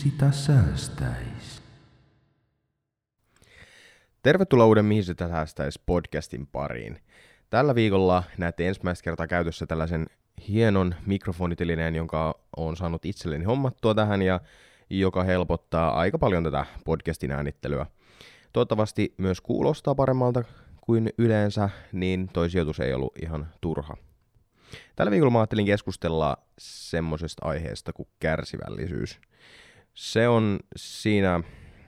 sitä säästäis? Tervetuloa uuden Mihin sitä säästäis podcastin pariin. Tällä viikolla näette ensimmäistä kertaa käytössä tällaisen hienon mikrofonitelineen, jonka olen saanut itselleni hommattua tähän ja joka helpottaa aika paljon tätä podcastin äänittelyä. Toivottavasti myös kuulostaa paremmalta kuin yleensä, niin toi sijoitus ei ollut ihan turha. Tällä viikolla mä ajattelin keskustella semmoisesta aiheesta kuin kärsivällisyys. Se on siinä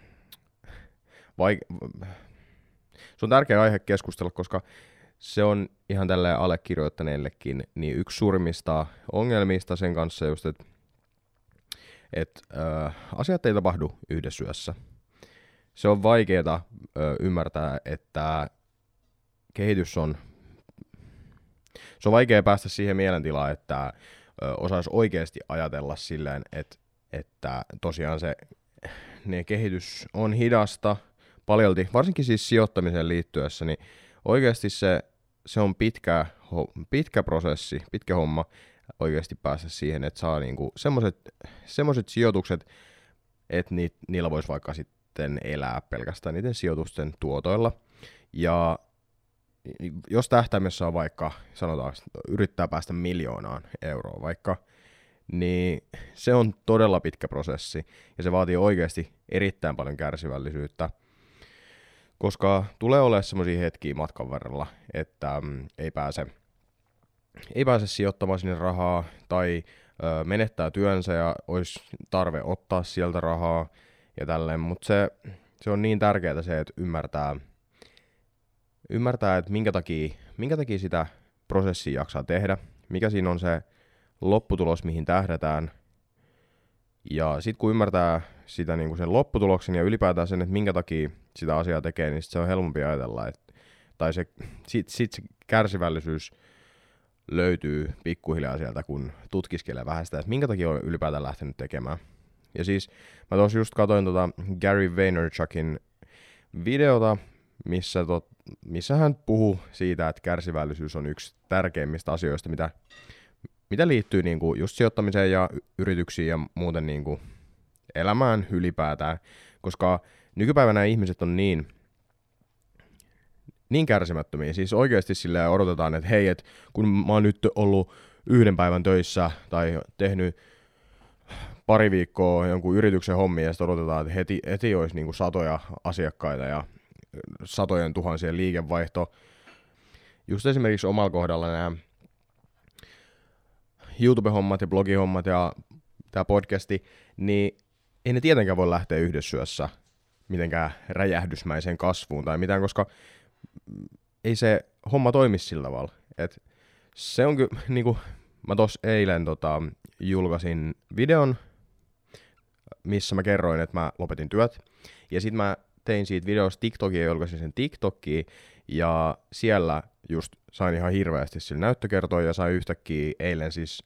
se on tärkeä aihe keskustella, koska se on ihan tälleen allekirjoittaneellekin niin yksi suurimmista ongelmista sen kanssa just, että asiat ei tapahdu yhdessä yössä. Se on vaikeaa ymmärtää, että kehitys on... Se on vaikea päästä siihen mielentilaan, että osaisi oikeasti ajatella silleen, että tosiaan ne kehitys on hidasta paljolti, varsinkin siis sijoittamiseen liittyessä, niin oikeasti se on pitkä prosessi, pitkä homma oikeasti päästä siihen, että saa niinku semmoiset sijoitukset, että niillä voisi vaikka sitten elää pelkästään niiden sijoitusten tuotoilla. Ja jos tähtäimessä on vaikka, sanotaan, yrittää päästä 1 000 000 euroa vaikka, niin se on todella pitkä prosessi ja se vaatii oikeasti erittäin paljon kärsivällisyyttä, koska tulee olemaan semmoisia hetkiä matkan varrella, että ei pääse sijoittamaan sinne rahaa tai menettää työnsä ja olisi tarve ottaa sieltä rahaa ja tälleen, mutta se on niin tärkeää se, että ymmärtää, että minkä takia sitä prosessia jaksaa tehdä, mikä siinä on se lopputulos, mihin tähdätään. Ja sitten kun ymmärtää sitä niin kuin sen lopputuloksen ja ylipäätään sen, että minkä takia sitä asiaa tekee, niin se on helpompi ajatella. Tai se kärsivällisyys löytyy pikkuhiljaa sieltä, kun tutkiskelee vähän sitä, että minkä takia on ylipäätään lähtenyt tekemään. Ja siis mä tuossa just katsoin Gary Vaynerchukin videota, missä hän puhuu siitä, että kärsivällisyys on yksi tärkeimmistä asioista, mitä liittyy niinku just sijoittamiseen ja yrityksiin ja muuten niinku elämään ylipäätään, koska nykypäivänä ihmiset on niin kärsimättömiä, siis oikeasti silleen odotetaan, että hei, et kun mä oon nyt ollut 1 päivän töissä tai tehnyt pari viikkoa jonkun yrityksen hommia ja sitten odotetaan, että heti olisi niinku 100 asiakkaita ja 100,000 liikevaihto. Just esimerkiksi omalla kohdalla nämä YouTube-hommat ja blogihommat ja tämä podcasti, niin ei ne tietenkään voi lähteä yhdessä yössä mitenkään räjähdysmäiseen kasvuun tai mitään, koska ei se homma toimi sillä tavalla. Et se on kyllä, niinku, mä tossa eilen julkaisin videon, missä mä kerroin, että mä lopetin työt, ja sit mä tein siitä videosta TikTokia ja julkaisin sen TikTokiin, ja siellä just sain ihan hirveästi sillä näyttökertoa, ja sain yhtäkkiä eilen siis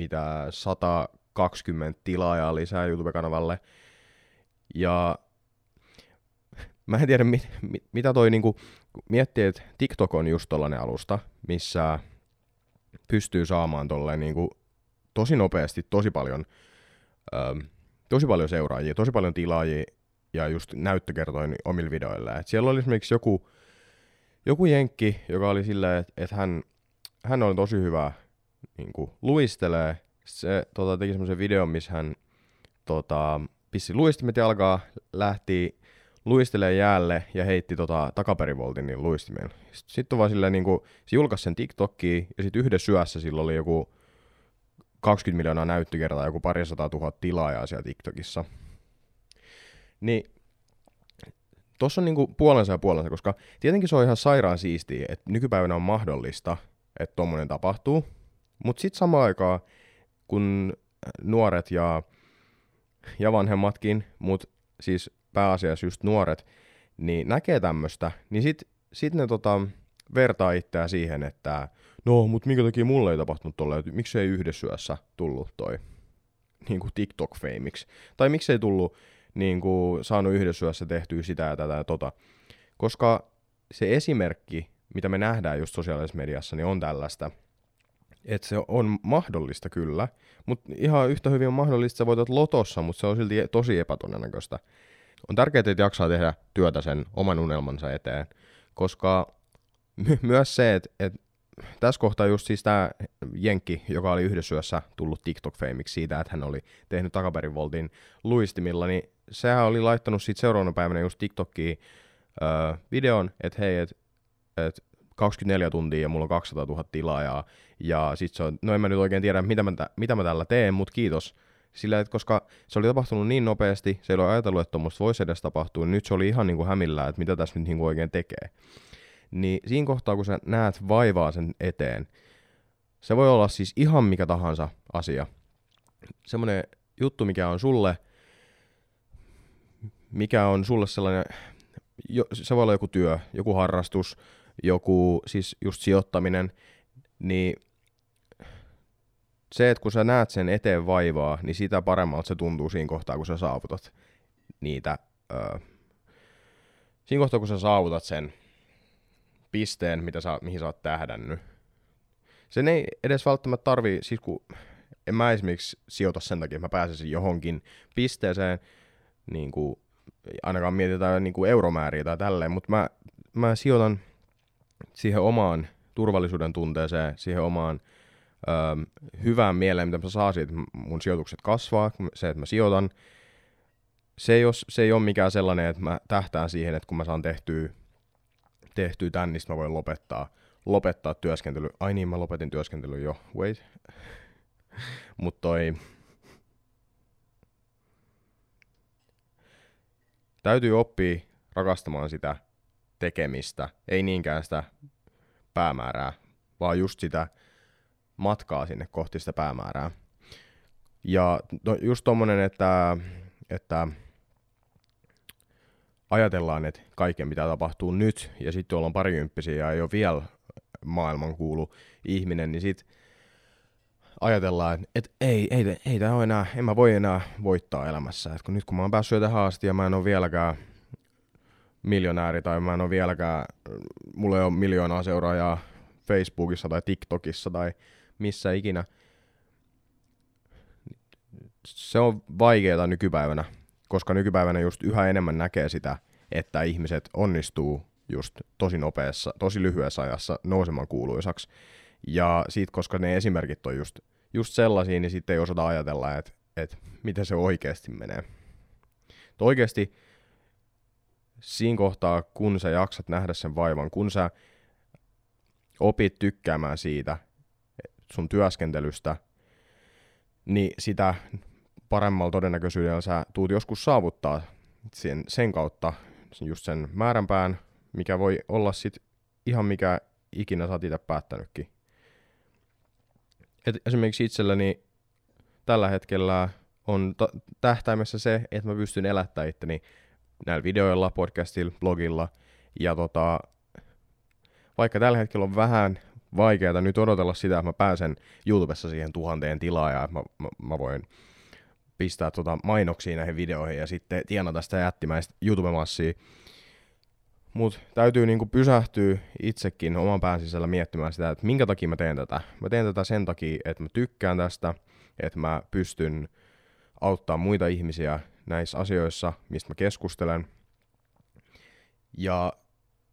120 tilaajaa lisää YouTube-kanavalle, ja mä en tiedä mitä toi niinku miettii, että TikTok on just tollanen alusta, missä pystyy saamaan tolleen niinku tosi nopeasti tosi paljon seuraajia, tosi paljon tilaajia, ja just näyttökertoin omille videoille. Et siellä oli esimerkiksi joku jenkki, joka oli silleen, että hän on tosi hyvä niinku luistelee. Se teki semmoisen videon, missä hän pissi luistimet jalkaa, lähti luistelee jäälle ja heitti takaperivoltin niin luistimeen. Sitten vaan silleen niinku, se julkaisi sen TikTokiin ja sitten yhdessä yössä sillä oli joku 20 miljoonaa näyttökertaa, joku 200 000 tilaajaa siellä TikTokissa. Niin tossa on niinku puolensa ja puolensa, koska tietenkin se on ihan sairaan siistiä, että nykypäivänä on mahdollista, että tommonen tapahtuu, mutta sitten samaan aikaan, kun nuoret ja vanhemmatkin, mutta siis pääasiassa just nuoret, niin näkee tämmöstä, niin sit ne vertaa itseään siihen, että no, mut minkä takia mulle ei tapahtunut tolleen, miksei yhdessä yössä tullut toi niinku TikTok-feimiksi, tai miksei tullut niinku saanut yhdessä yössä tehtyä sitä ja tätä ja tota, koska se esimerkki, mitä me nähdään just sosiaalisessa mediassa, niin on tällaista, että se on mahdollista kyllä, mutta ihan yhtä hyvin on mahdollista, että sä voitat lotossa, mutta se on silti tosi epätodennäköistä. On tärkeää, että jaksaa tehdä työtä sen oman unelmansa eteen, koska myös se, että tässä kohtaa just siis tämä Jenkki, joka oli yhdessä yössä tullut TikTok-feimiksi siitä, että hän oli tehnyt takaperinvoltin luistimilla, niin sehän oli laittanut siitä seuraavana päivänä just TikTokiin videon, että hei, että 24 tuntia ja mulla on 200 000 tilaajaa, ja sit se on, no en mä nyt oikein tiedä, mitä mä tällä teen, mutta kiitos. Sillä, että koska se oli tapahtunut niin nopeasti, se ei ole ajatellut, että tuommoista voisi edes tapahtua, niin nyt se oli ihan niin kuin hämillään, että mitä tässä nyt niin kuin oikein tekee. Niin siinä kohtaa, kun sä näet vaivaa sen eteen, se voi olla siis ihan mikä tahansa asia. Semmoinen juttu, mikä on sulle sellainen, se voi olla joku työ, joku harrastus, joku siis just sijoittaminen, niin se, että kun sä näet sen eteen vaivaa, niin sitä paremmalta se tuntuu siinä kohtaa, kun sä saavutat niitä. Siinä kohtaa, kun sä saavutat sen pisteen, mihin sä oot tähdännyt. Sen ei edes välttämättä tarvii, siis kun en mä esimerkiksi sijoita sen takia, että mä pääsisin johonkin pisteeseen, niin kuin ainakaan mietitään niin kuin euromääriä tai tälleen, mutta mä sijoitan siihen omaan turvallisuuden tunteeseen, siihen omaan hyvään mieleen, mitä mä saan siitä, että mun sijoitukset kasvaa, se, että mä sijoitan. Se ei ole mikään sellainen, että mä tähtään siihen, että kun mä saan tehtyä tän, niin mä voin lopettaa työskentely. Ai niin, mä lopetin työskentelyn jo. Wait. Mut täytyy oppia rakastamaan sitä tekemistä, ei niinkään sitä päämäärää, vaan just sitä matkaa sinne kohti sitä päämäärää. Ja just tommonen, että ajatellaan, että kaiken mitä tapahtuu nyt, ja sitten ollaan parikymppisiä ja ei ole vielä maailmankuulu ihminen, niin sit ajatellaan, että ei tää ole enää, en mä voi enää voittaa elämässä. Et nyt kun mä oon päässyt jo tähän asti ja mä en ole vieläkään miljonääri tai mä en ole vieläkään, mulla ei ole 1 miljoonaa seuraajaa Facebookissa tai TikTokissa tai missä ikinä. Se on vaikeaa nykypäivänä, koska nykypäivänä just yhä enemmän näkee sitä, että ihmiset onnistuu just tosi lyhyessä ajassa nousemaan kuuluisaksi. Ja siitä, koska ne esimerkit on just sellaisia, niin sitten ei osata ajatella, että miten se oikeasti menee. Oikeasti siinä kohtaa, kun sä jaksat nähdä sen vaivan, kun sä opit tykkäämään siitä sun työskentelystä, niin sitä paremmalla todennäköisyydellä sä tuut joskus saavuttaa sen kautta just sen määränpään, mikä voi olla sit ihan mikä ikinä sä oot itse päättänytkin. Et esimerkiksi itselläni tällä hetkellä on tähtäimessä se, että mä pystyn elättämään itteni näillä videoilla, podcastilla, blogilla. Ja vaikka tällä hetkellä on vähän vaikeaa nyt odotella sitä, että mä pääsen YouTubessa siihen 1000 tilaajaan, että mä voin pistää mainoksia näihin videoihin ja sitten tienata sitä jättimäistä YouTube-massia. Mut täytyy niinku pysähtyä itsekin oman pään sisällä miettimään sitä, että minkä takia mä teen tätä. Mä teen tätä sen takia, että mä tykkään tästä, että mä pystyn auttaa muita ihmisiä näissä asioissa, mistä mä keskustelen. Ja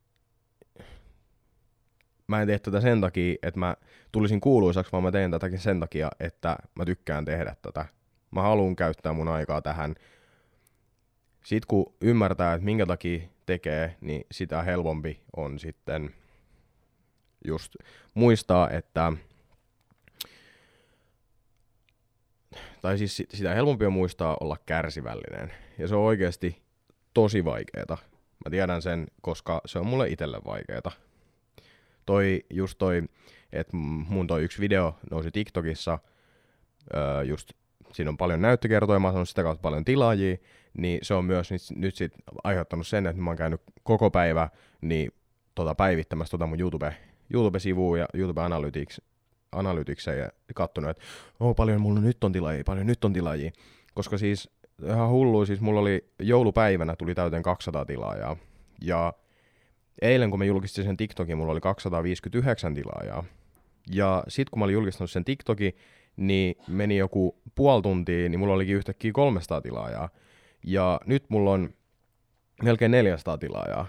mä en tee tätä sen takia, että mä tulisin kuuluisaksi, vaan mä teen tätäkin sen takia, että mä tykkään tehdä tätä. Mä haluan käyttää mun aikaa tähän. Sitten kun ymmärtää, että minkä takia tekee, niin sitä helpompi on sitten just muistaa, että tai siis sitä helpompi on muistaa olla kärsivällinen. Ja se on oikeasti tosi vaikeeta. Mä tiedän sen, koska se on mulle itselle vaikeeta. Että mun yksi video nousi TikTokissa, just siinä on paljon näyttökertoja, mä oon saanut sitä kautta paljon tilaajia, niin se on myös nyt sit aiheuttanut sen, että mä oon käynyt koko päivä niin päivittämässä mun YouTube-sivua ja YouTube Analyticseen ja katsonut, että paljon mulla nyt on tilaajia, koska siis ihan hullua, siis mulla oli joulupäivänä tuli täyteen 200 tilaajaa, ja eilen kun mä julkistin sen TikTokin, mulla oli 259 tilaajaa, Ja sit kun mä olin julkistanut sen TikTokin, niin meni joku puoli tuntia, niin mulla olikin yhtäkkiä 300 tilaajaa. Ja nyt mulla on melkein 400 tilaajaa.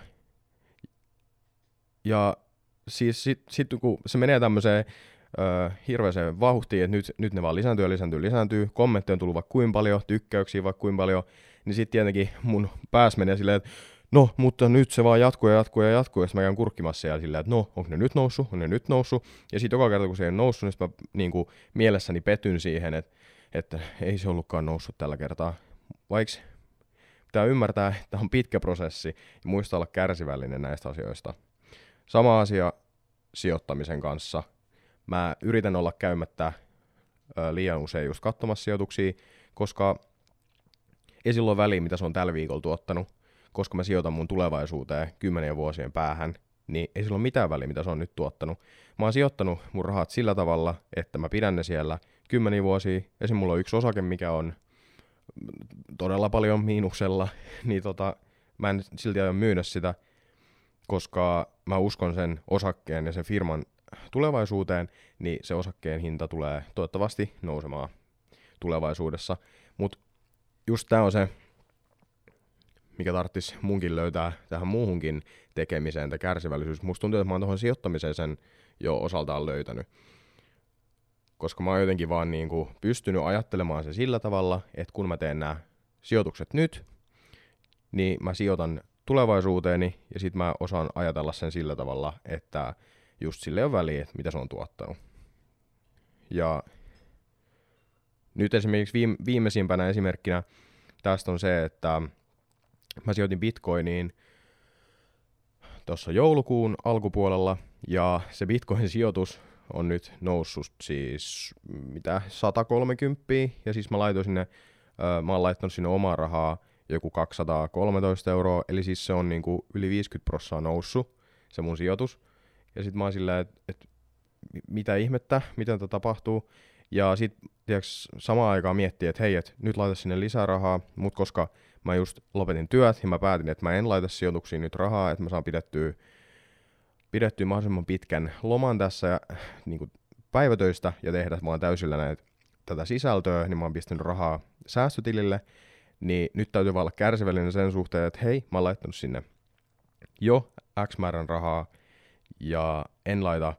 Ja siis sit kun se menee tämmöiseen hirveäseen vauhtiin, että nyt ne vaan lisääntyy, kommentteja on tullut vaikka kuinka paljon, tykkäyksiä vaikka kuinka paljon, niin sit tietenkin mun pääs menee silleen, että no, mutta nyt se vaan jatkuu, ja sit mä käyn kurkkimassa siellä silleen, että no, onko ne nyt noussut, ja sit joka kerta kun se ei noussut, niin sit mä niinku mielessäni petyn siihen, että ei se ollutkaan noussut tällä kertaa, vaikka pitää ymmärtää, että tämä on pitkä prosessi, ja muistaa olla kärsivällinen näistä asioista. Sama asia sijoittamisen kanssa. Mä yritän olla käymättä liian usein just katsomassa sijoituksia, koska ei silloin väliä, mitä se on tällä viikolla tuottanut, koska mä sijoitan mun tulevaisuuteen 10 vuosien päähän, niin ei sillä ole mitään väliä, mitä se on nyt tuottanut. Mä oon sijoittanut mun rahat sillä tavalla, että mä pidän ne siellä 10 vuosia. Esimerkiksi mulla on yksi osake, mikä on todella paljon miinuksella, niin mä en silti aio myydä sitä, koska mä uskon sen osakkeen ja sen firman tulevaisuuteen, niin se osakkeen hinta tulee toivottavasti nousemaan tulevaisuudessa. Mutta just tää on se, mikä tarvitsisi munkin löytää tähän muuhunkin tekemiseen, tämä kärsivällisyys. Musta tuntuu, että mä oon tuohon sijoittamiseen sen jo osaltaan löytänyt. Koska mä oon jotenkin vaan niinku pystynyt ajattelemaan se sillä tavalla, että kun mä teen nämä sijoitukset nyt, niin mä sijoitan tulevaisuuteeni, ja sit mä osaan ajatella sen sillä tavalla, että just sille on väliä, että mitä se on tuottanut. Ja nyt esimerkiksi viimeisimpänä esimerkkinä tästä on se, että mä sijoitin Bitcoiniin tuossa joulukuun alkupuolella, ja se Bitcoin-sijoitus on nyt noussut siis 130, ja siis mä oon laittanut sinne omaa rahaa joku 213 €, eli siis se on niinku yli 50% noussut, se mun sijoitus. Ja sit mä oon silleen, että mitä ihmettä, miten tämä tapahtuu. Ja sit samaan aikaan miettii, että hei, et nyt laita sinne lisää rahaa, mutta koska mä just lopetin työt, ja mä päätin, että mä en laita sijoituksiin nyt rahaa, että mä saan pidettyä mahdollisimman pitkän loman tässä ja niinku päivätöistä ja tehdä vaan täysillä tätä sisältöä, niin mä oon pistänyt rahaa säästötilille, niin nyt täytyy vaan olla kärsivällinen sen suhteen, että hei, mä oon laittanut sinne jo X määrän rahaa, ja en laita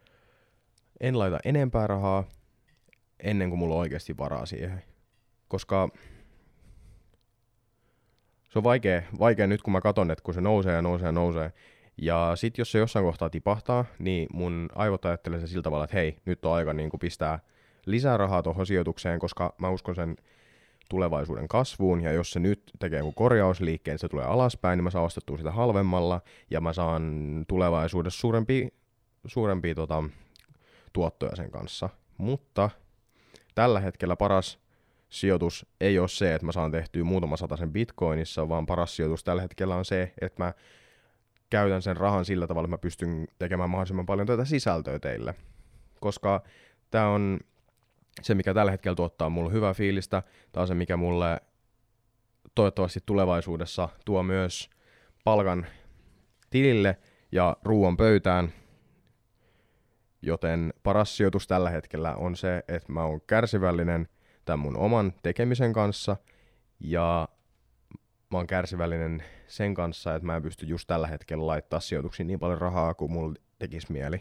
enempää rahaa ennen kuin mulla on oikeasti varaa siihen. Koska se on vaikea nyt, kun mä katon, että kun se nousee. Ja sit jos se jossain kohtaa tipahtaa, niin mun aivot ajattelee se sillä tavalla, että hei, nyt on aika niin kuin pistää lisää rahaa tuohon sijoitukseen, koska mä uskon sen tulevaisuuden kasvuun, ja jos se nyt tekee joku korjausliikkeen, se tulee alaspäin, niin mä saan ostettua sitä halvemmalla, ja mä saan tulevaisuudessa suurempia tuottoja sen kanssa. Mutta tällä hetkellä paras sijoitus ei ole se, että mä saan tehtyä muutama satasen Bitcoinissa, vaan paras sijoitus tällä hetkellä on se, että mä käytän sen rahan sillä tavalla, että mä pystyn tekemään mahdollisimman paljon tätä sisältöä teille. Koska tää on se, mikä tällä hetkellä tuottaa mulle hyvää fiilistä. Tää on se, mikä mulle toivottavasti tulevaisuudessa tuo myös palkan tilille ja ruuan pöytään. Joten paras sijoitus tällä hetkellä on se, että mä oon kärsivällinen tämän mun oman tekemisen kanssa, ja mä oon kärsivällinen sen kanssa, että mä en pysty just tällä hetkellä laittaa sijoituksiin niin paljon rahaa kuin mulla tekisi mieli.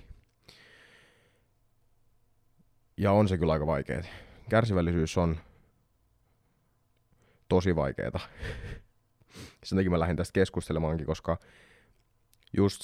Ja on se kyllä aika vaikeaa. Kärsivällisyys on tosi vaikeeta. Sen takia mä lähdin tästä keskustelemaankin, koska just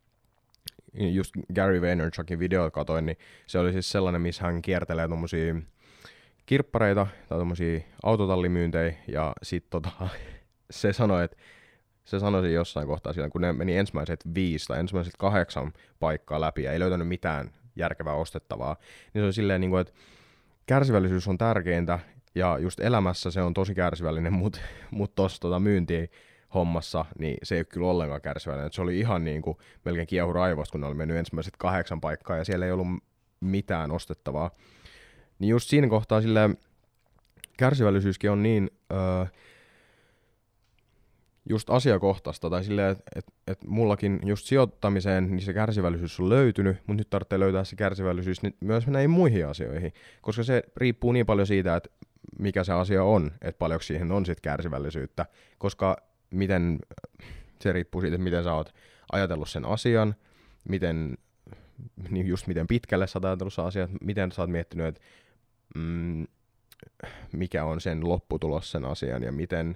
Gary Vaynerchukin video katoin, niin se oli siis sellainen, missä hän kiertelee tommosia kirppareita tai tommosia autotallimyyntejä, ja sit se sanoi siinä jossain kohtaa siellä, kun ne meni ensimmäiset 5 tai ensimmäiset 8 paikkaa läpi ja ei löytänyt mitään järkevää ostettavaa, niin se on silleen, että kärsivällisyys on tärkeintä, ja just elämässä se on tosi kärsivällinen, mut tossa myyntihommassa, niin se ei ole kyllä ollenkaan kärsivällinen. Se oli ihan melkein kiehu raivosta, kun ne oli mennyt ensimmäiset 8 paikkaa, ja siellä ei ollut mitään ostettavaa. Niin just siinä kohtaa silleen kärsivällisyyskin on niin just asiakohtaista, tai silleen, että mullakin just sijoittamiseen niin se kärsivällisyys on löytynyt, mutta nyt tarvitsee löytää se kärsivällisyys myös näihin muihin asioihin, koska se riippuu niin paljon siitä, että mikä se asia on, että paljonko siihen on sit kärsivällisyyttä, koska se riippuu siitä, että miten sä oot ajatellut sen asian, miten pitkälle sä oot ajatellut sen asian, miten sä oot miettinyt, että mikä on sen lopputulos sen asian, ja miten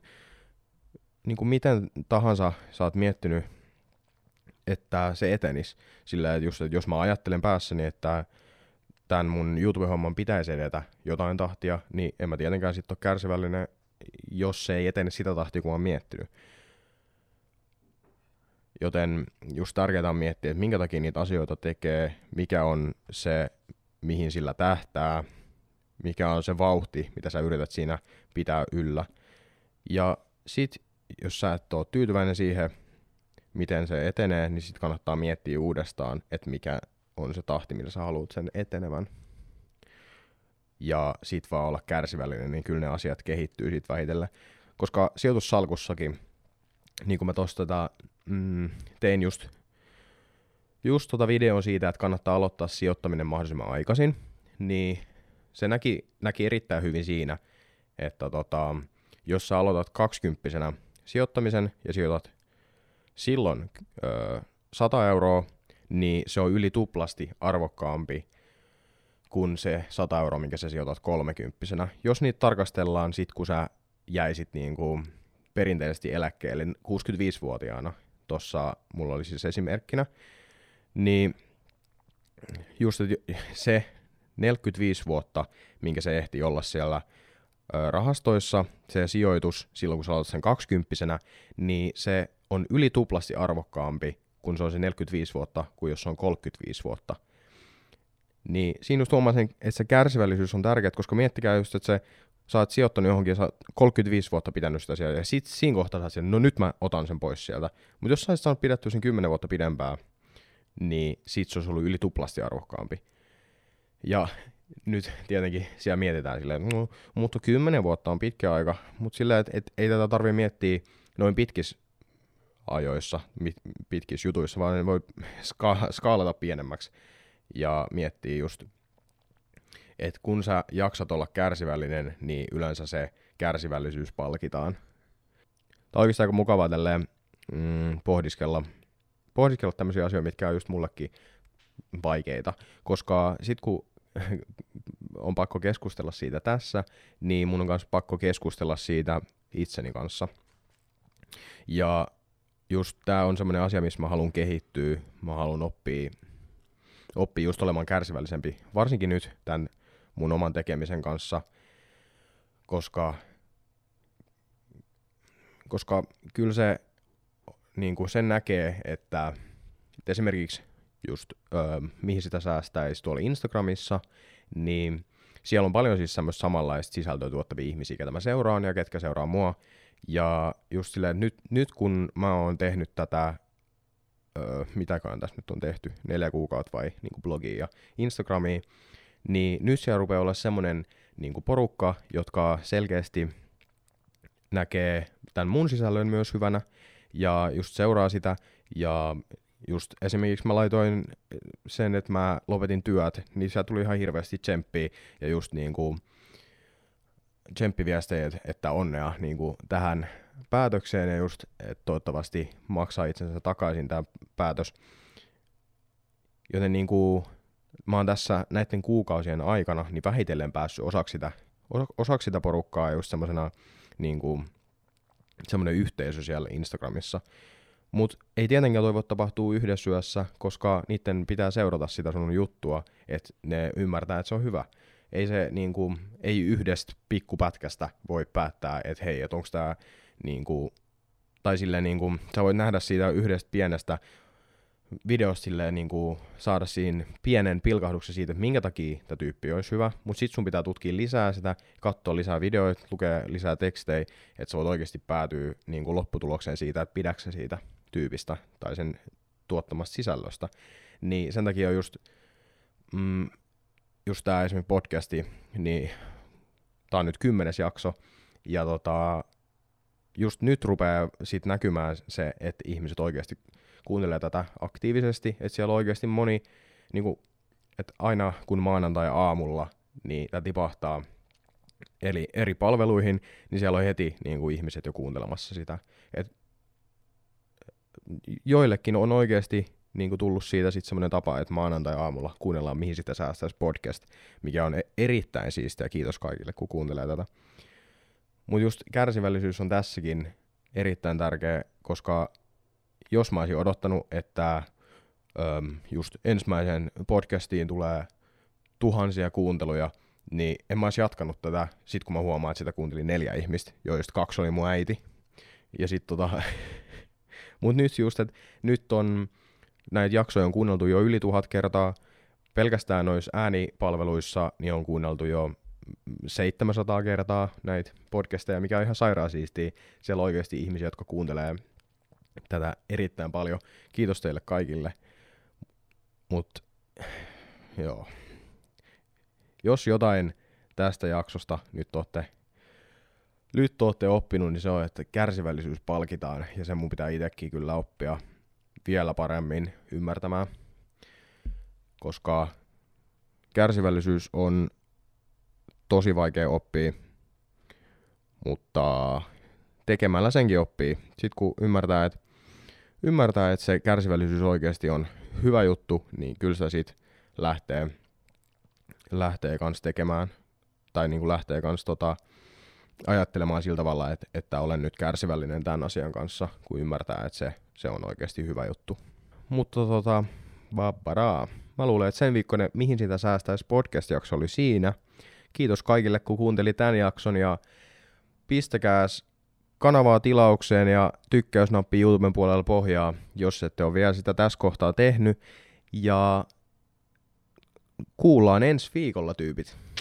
tahansa sä oot miettinyt, että se etenisi. Sillä että jos mä ajattelen päässäni, että tämän mun YouTube-homman pitäisi edetä jotain tahtia, niin en mä tietenkään sit ole kärsivällinen, jos se ei etene sitä tahtia, kun mä oon miettinyt. Joten just tärkeää on miettiä, että minkä takia niitä asioita tekee, mikä on se, mihin sillä tähtää, mikä on se vauhti, mitä sä yrität siinä pitää yllä. Ja sit, jos sä et ole tyytyväinen siihen, miten se etenee, niin sit kannattaa miettiä uudestaan, että mikä on se tahti, millä sä haluat sen etenevän. Ja sit vaan olla kärsivällinen, niin kyllä ne asiat kehittyy sit vähitellen. Koska sijoitussalkussakin, niin kuin mä tosta tein just videon siitä, että kannattaa aloittaa sijoittaminen mahdollisimman aikaisin, niin se näki erittäin hyvin siinä, että jos sä aloitat 20-vuotiaana sijoittamisen ja sijoitat silloin 100 euroa, niin se on yli tuplasti arvokkaampi kuin se 100 euroa, minkä sä sijoitat 30-vuotiaana. Jos niitä tarkastellaan sit, kun sä jäisit niinku perinteisesti eläkkeelle 65-vuotiaana, tossa mulla oli siis esimerkkinä, niin just se 45 vuotta, minkä se ehti olla siellä rahastoissa, se sijoitus silloin, kun sä aloitat sen 20-vuotiaana, niin se on yli tuplasti arvokkaampi, kun se on se 45 vuotta, kuin jos se on 35 vuotta. Niin siinä just huomasin, että se kärsivällisyys on tärkeää, koska miettikää just, että sä oot sijoittanut johonkin ja sä oot 35 vuotta pitänyt sitä siellä, ja sit siinä kohtaa sä oot siellä, no nyt mä otan sen pois sieltä. Mutta jos sä olisit saanut pidettyä sen 10 vuotta pidempään, niin sit se olisi ollut yli tuplasti arvokkaampi. Ja nyt tietenkin siellä mietitään silleen, että mutta 10 vuotta on pitkä aika, mutta silleen, että ei tätä tarvitse miettiä noin pitkissä ajoissa, pitkissä jutuissa, vaan ne voi skaalata pienemmäksi ja miettiä just, että kun sä jaksat olla kärsivällinen, niin yleensä se kärsivällisyys palkitaan. Tämä on oikeastaan aika mukavaa tälleen pohdiskella tämmöisiä asioita, mitkä on just mullekin vaikeita, koska sit kun on pakko keskustella siitä tässä, niin mun on myös pakko keskustella siitä itseni kanssa. Ja just tää on semmoinen asia, missä mä haluan kehittyä, mä haluan oppia just olemaan kärsivällisempi, varsinkin nyt tämän mun oman tekemisen kanssa, koska kyllä se niin kuin sen näkee, että esimerkiksi just mihin sitä säästäisi tuolla Instagramissa, niin siellä on paljon siis semmoista samanlaista sisältöä tuottavia ihmisiä, ketä mä seuraan ja ketkä seuraa mua. Ja just silleen, että nyt kun mä oon tehnyt tätä, mitäköhän tässä nyt on tehty, 4 kuukautta vai niin kuin blogia ja Instagramia, niin nyt siellä rupeaa olla semmoinen niin kuin porukka, jotka selkeästi näkee tämän mun sisällön myös hyvänä ja just seuraa sitä. Ja just esimerkiksi mä laitoin sen, että mä lopetin työt, niin siellä tuli ihan hirveästi tsemppiä ja just niinku tsemppiviestejä, että onnea niinku tähän päätökseen ja just, että toivottavasti maksaa itsensä takaisin tämä päätös. Joten niinku mä oon tässä näiden kuukausien aikana niin vähitellen päässyt osaksi sitä porukkaa just semmosena niinku semmoinen yhteisö siellä Instagramissa. Mutta ei tietenkään toivo tapahtuu yhdessä yössä, koska niiden pitää seurata sitä sun juttua, että ne ymmärtää, että se on hyvä. Ei se niinku, ei yhdestä pikkupätkästä voi päättää, että hei, että onko tää niinku, tai silleen niinku, sä voit nähdä siitä yhdestä pienestä videosta silleen niinku, saada siinä pienen pilkahduksen siitä, että minkä takia tämä tyyppi olisi hyvä, mutta sit sun pitää tutkia lisää sitä, katsoa lisää videoita, lukea lisää tekstejä, että sä voit oikeasti päätyä niinku lopputulokseen siitä, että pidäksä siitä tyypistä tai sen tuottamasta sisällöstä. Niin sen takia on just tää esimerkiksi podcasti, niin tää on nyt 10. jakso, ja just nyt rupeaa sit näkymään se, että ihmiset oikeasti kuuntelee tätä aktiivisesti, että siellä oikeasti moni, niinku, että aina kun maanantai-aamulla niin tämä tipahtaa eli eri palveluihin, niin siellä on heti niinku ihmiset jo kuuntelemassa sitä. Et joillekin on oikeasti niinku tullut siitä sitten semmoinen tapa, että maanantai-aamulla kuunnellaan Mihin sitä säästäisi podcast, mikä on erittäin siistiä. Kiitos kaikille, kun kuuntelee tätä. Mutta just kärsivällisyys on tässäkin erittäin tärkeä, koska jos mä olisin odottanut, että just ensimmäiseen podcastiin tulee tuhansia kuunteluja, niin en mä olisi jatkanut tätä, sit kun mä huomaan, että sitä kuunteli 4 ihmistä, joista 2 oli mun äiti. Ja sit mut nyt just, että nyt on näitä jaksoja on kuunneltu jo yli 1000 kertaa. Pelkästään noissa äänipalveluissa niin on kuunneltu jo 700 kertaa näitä podcasteja, mikä on ihan sairaan siistiä. Siellä on oikeasti ihmisiä, jotka kuuntelee tätä erittäin paljon. Kiitos teille kaikille. Mut joo. Jos jotain tästä jaksosta nyt ootte oppinut, niin se on, että kärsivällisyys palkitaan, ja sen mun pitää itsekin kyllä oppia vielä paremmin ymmärtämään, koska kärsivällisyys on tosi vaikea oppia, mutta tekemällä senkin oppii. Sitten kun ymmärtää, että se kärsivällisyys oikeasti on hyvä juttu, niin kyllä se sit lähtee kans tekemään, tai niinku lähtee kans ajattelemaan sillä tavalla, että olen nyt kärsivällinen tämän asian kanssa, kun ymmärtää, että se on oikeasti hyvä juttu. Mutta vapparaa. Mä luulen, että sen viikkoinen Mihin sitä säästäisi podcast-jakso oli siinä. Kiitos kaikille, kun kuunteli tämän jakson, ja pistäkääs kanavaa tilaukseen ja tykkäysnappi YouTuben puolella pohjaa, jos ette ole vielä sitä tässä kohtaa tehnyt. Ja kuullaan ensi viikolla, tyypit.